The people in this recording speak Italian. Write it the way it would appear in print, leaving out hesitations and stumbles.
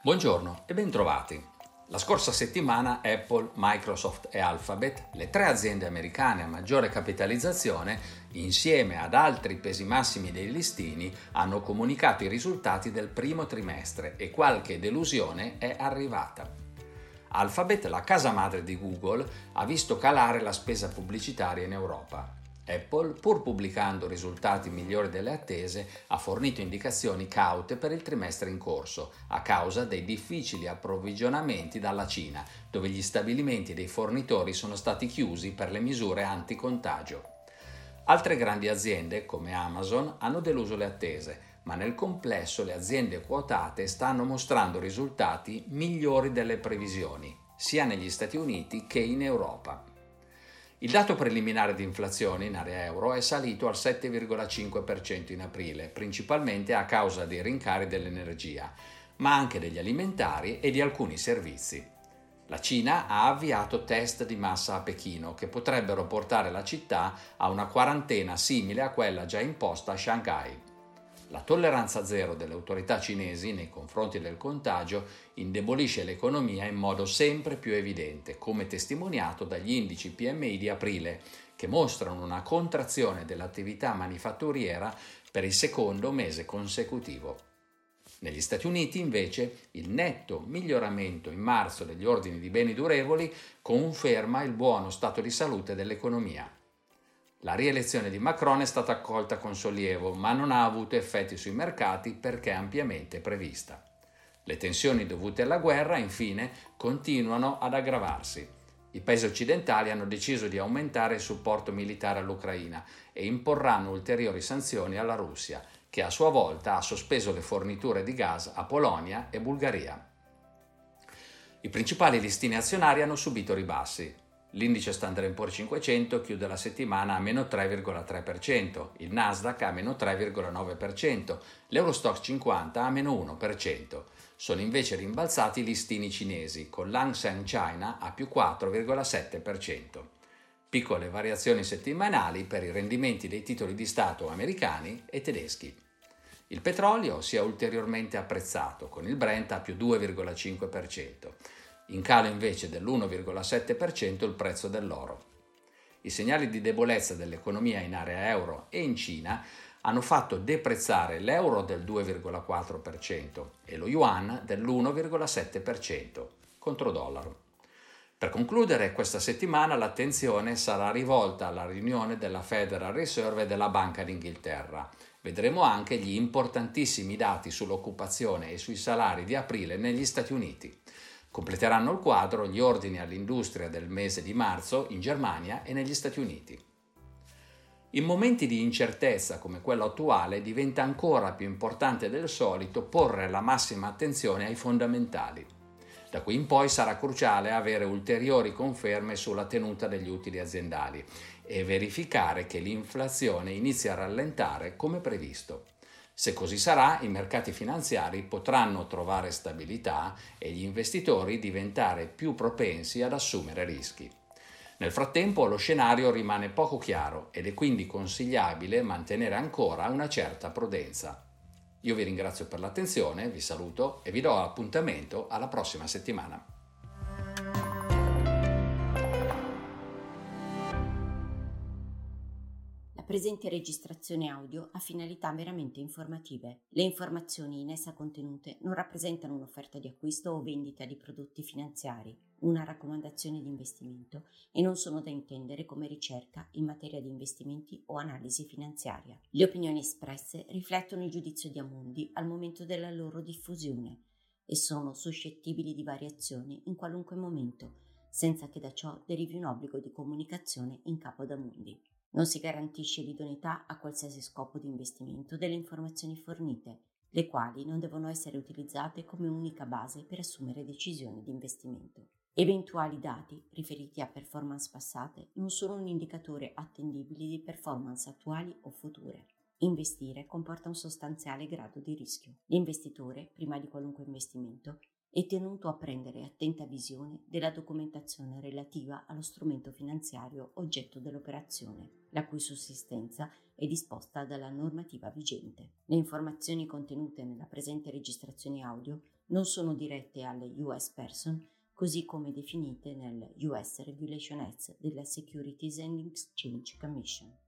Buongiorno e bentrovati. La scorsa settimana Apple, Microsoft e Alphabet, le tre aziende americane a maggiore capitalizzazione, insieme ad altri pesi massimi dei listini, hanno comunicato i risultati del primo trimestre e qualche delusione è arrivata. Alphabet, la casa madre di Google, ha visto calare la spesa pubblicitaria in Europa. Apple, pur pubblicando risultati migliori delle attese, ha fornito indicazioni caute per il trimestre in corso, a causa dei difficili approvvigionamenti dalla Cina, dove gli stabilimenti dei fornitori sono stati chiusi per le misure anticontagio. Altre grandi aziende, come Amazon, hanno deluso le attese, ma nel complesso le aziende quotate stanno mostrando risultati migliori delle previsioni, sia negli Stati Uniti che in Europa. Il dato preliminare di inflazione in area euro è salito al 7,5% in aprile, principalmente a causa dei rincari dell'energia, ma anche degli alimentari e di alcuni servizi. La Cina ha avviato test di massa a Pechino che potrebbero portare la città a una quarantena simile a quella già imposta a Shanghai. La tolleranza zero delle autorità cinesi nei confronti del contagio indebolisce l'economia in modo sempre più evidente, come testimoniato dagli indici PMI di aprile, che mostrano una contrazione dell'attività manifatturiera per il secondo mese consecutivo. Negli Stati Uniti, invece, il netto miglioramento in marzo degli ordini di beni durevoli conferma il buono stato di salute dell'economia. La rielezione di Macron è stata accolta con sollievo, ma non ha avuto effetti sui mercati perché ampiamente prevista. Le tensioni dovute alla guerra, infine, continuano ad aggravarsi. I paesi occidentali hanno deciso di aumentare il supporto militare all'Ucraina e imporranno ulteriori sanzioni alla Russia, che a sua volta ha sospeso le forniture di gas a Polonia e Bulgaria. I principali listini azionari hanno subito ribassi. L'indice Standard & Poor's 500 chiude la settimana a meno 3,3%, il Nasdaq a meno 3,9%, l'Eurostoxx 50 a meno 1%. Sono invece rimbalzati i listini cinesi, con l'Hang Seng China a più 4,7%. Piccole variazioni settimanali per i rendimenti dei titoli di Stato americani e tedeschi. Il petrolio si è ulteriormente apprezzato, con il Brent a più 2,5%. In calo invece dell'1,7% il prezzo dell'oro. I segnali di debolezza dell'economia in area euro e in Cina hanno fatto deprezzare l'euro del 2,4% e lo yuan dell'1,7% contro dollaro. Per concludere, questa settimana l'attenzione sarà rivolta alla riunione della Federal Reserve e della Banca d'Inghilterra. Vedremo anche gli importantissimi dati sull'occupazione e sui salari di aprile negli Stati Uniti. Completeranno il quadro gli ordini all'industria del mese di marzo in Germania e negli Stati Uniti. In momenti di incertezza come quello attuale diventa ancora più importante del solito porre la massima attenzione ai fondamentali. Da qui in poi sarà cruciale avere ulteriori conferme sulla tenuta degli utili aziendali e verificare che l'inflazione inizi a rallentare come previsto. Se così sarà, i mercati finanziari potranno trovare stabilità e gli investitori diventare più propensi ad assumere rischi. Nel frattempo lo scenario rimane poco chiaro ed è quindi consigliabile mantenere ancora una certa prudenza. Io vi ringrazio per l'attenzione, vi saluto e vi do appuntamento alla prossima settimana. La presente registrazione audio ha finalità meramente informative. Le informazioni in essa contenute non rappresentano un'offerta di acquisto o vendita di prodotti finanziari, una raccomandazione di investimento e non sono da intendere come ricerca in materia di investimenti o analisi finanziaria. Le opinioni espresse riflettono il giudizio di Amundi al momento della loro diffusione e sono suscettibili di variazioni in qualunque momento, senza che da ciò derivi un obbligo di comunicazione in capo ad Amundi. Non si garantisce l'idoneità a qualsiasi scopo di investimento delle informazioni fornite, le quali non devono essere utilizzate come unica base per assumere decisioni di investimento. Eventuali dati riferiti a performance passate non sono un indicatore attendibile di performance attuali o future. Investire comporta un sostanziale grado di rischio. L'investitore, prima di qualunque investimento, è tenuto a prendere attenta visione della documentazione relativa allo strumento finanziario oggetto dell'operazione, la cui sussistenza è disposta dalla normativa vigente. Le informazioni contenute nella presente registrazione audio non sono dirette alle US person, così come definite nel US Regulation Act della Securities and Exchange Commission.